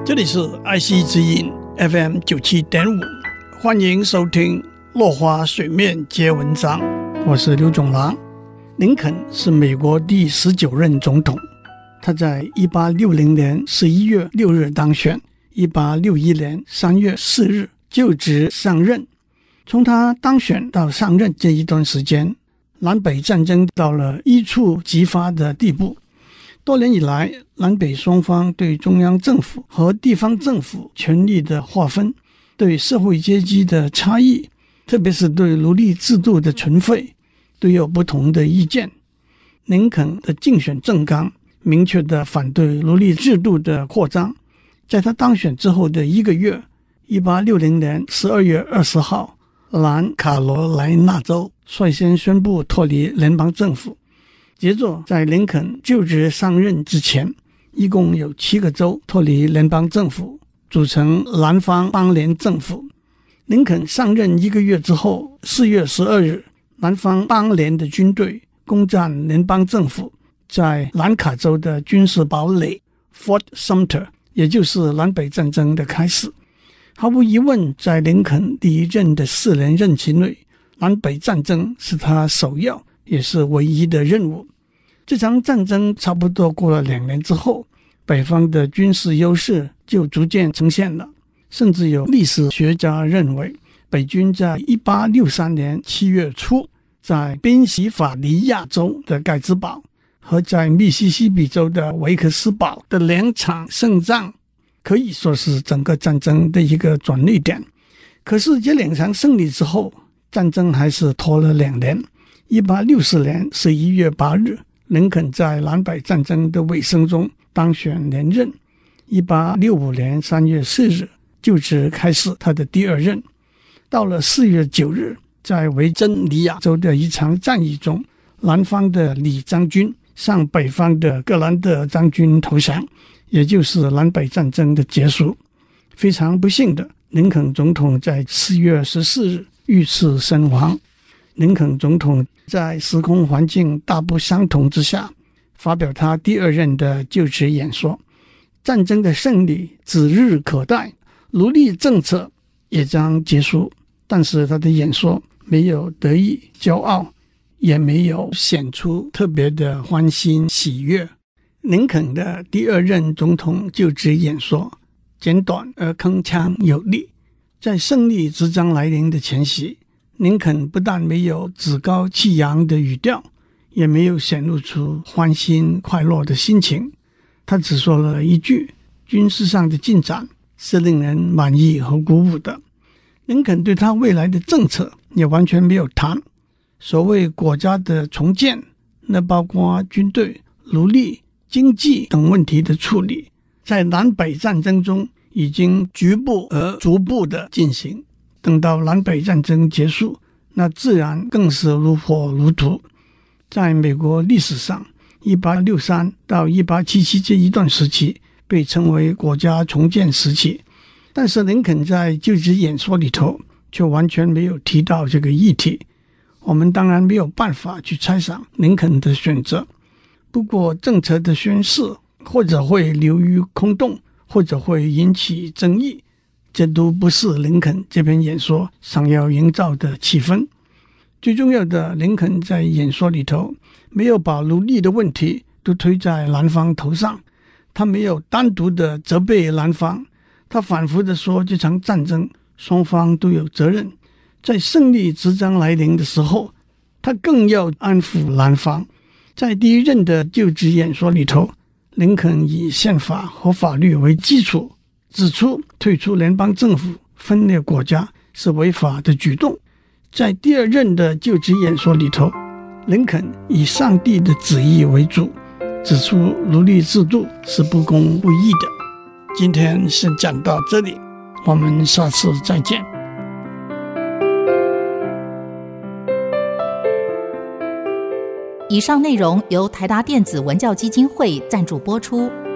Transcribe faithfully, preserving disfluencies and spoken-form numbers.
这里是爱惜之音 F M 九十七点五，欢迎收听落花水面皆文章，我是刘总郎。林肯是美国第十九任总统，他在一八六零年十一月六日当选，一八六一年三月四日就职上任。从他当选到上任这一段时间，南北战争到了一触即发的地步。多年以来，南北双方对中央政府和地方政府权力的划分，对社会阶级的差异，特别是对奴隶制度的存废，都有不同的意见。林肯的竞选政纲明确地反对奴隶制度的扩张。在他当选之后的一个月，一八六零年十二月二十号，南卡罗来纳州率先宣布脱离联邦政府。接着在林肯就职上任之前，一共有七个州脱离联邦政府，组成南方邦联政府。林肯上任一个月之后，四月十二日，南方邦联的军队攻占联邦政府，在南卡州的军事堡垒 Fort Sumter， 也就是南北战争的开始。毫无疑问，在林肯第一任的四年任期内，南北战争是他首要也是唯一的任务。这场战争差不多过了两年之后，北方的军事优势就逐渐呈现了，甚至有历史学家认为，北军在一八六三年七月初，在宾夕法尼亚州的盖茨堡和在密西西比州的维克斯堡的两场胜仗，可以说是整个战争的一个转捩点。可是这两场胜利之后，战争还是拖了两年。一八六四年十一月八日，林肯在南北战争的尾声中当选连任。一八六五年三月四日，就职开始他的第二任。到了四月九日，在维珍尼亚州的一场战役中，南方的李将军向北方的格兰德将军投降，也就是南北战争的结束。非常不幸的，林肯总统在四月十四日遇刺身亡。林肯总统在时空环境大不相同之下，发表他第二任的就职演说。战争的胜利指日可待，奴隶政策也将结束，但是他的演说没有得意骄傲，也没有显出特别的欢欣喜悦。林肯的第二任总统就职演说简短而铿锵有力。在胜利即将来临的前夕，林肯不但没有趾高气扬的语调，也没有显露出欢欣快乐的心情。他只说了一句，军事上的进展是令人满意和鼓舞的。林肯对他未来的政策也完全没有谈。所谓国家的重建，那包括军队、奴隶、经济等问题的处理，在南北战争中已经局部而逐步的进行。等到南北战争结束，那自然更是如火如荼。在美国历史上，一八六三到一八七七这一段时期被称为国家重建时期，但是林肯在就职演说里头却完全没有提到这个议题。我们当然没有办法去猜想林肯的选择，不过政策的宣示或者会流于空洞，或者会引起争议，这都不是林肯这篇演说想要营造的气氛。最重要的，林肯在演说里头没有把奴隶的问题都推在南方头上，他没有单独的责备南方，他反复的说这场战争双方都有责任。在胜利即将来临的时候，他更要安抚南方。在第一任的就职演说里头，林肯以宪法和法律为基础，指出退出联邦政府分裂国家是违法的举动。在第二任的就职演说里头，林肯以上帝的旨意为主，指出奴隶制度是不公不义的。今天先讲到这里，我们下次再见。 以上内容由台达电子文教基金会赞助播出。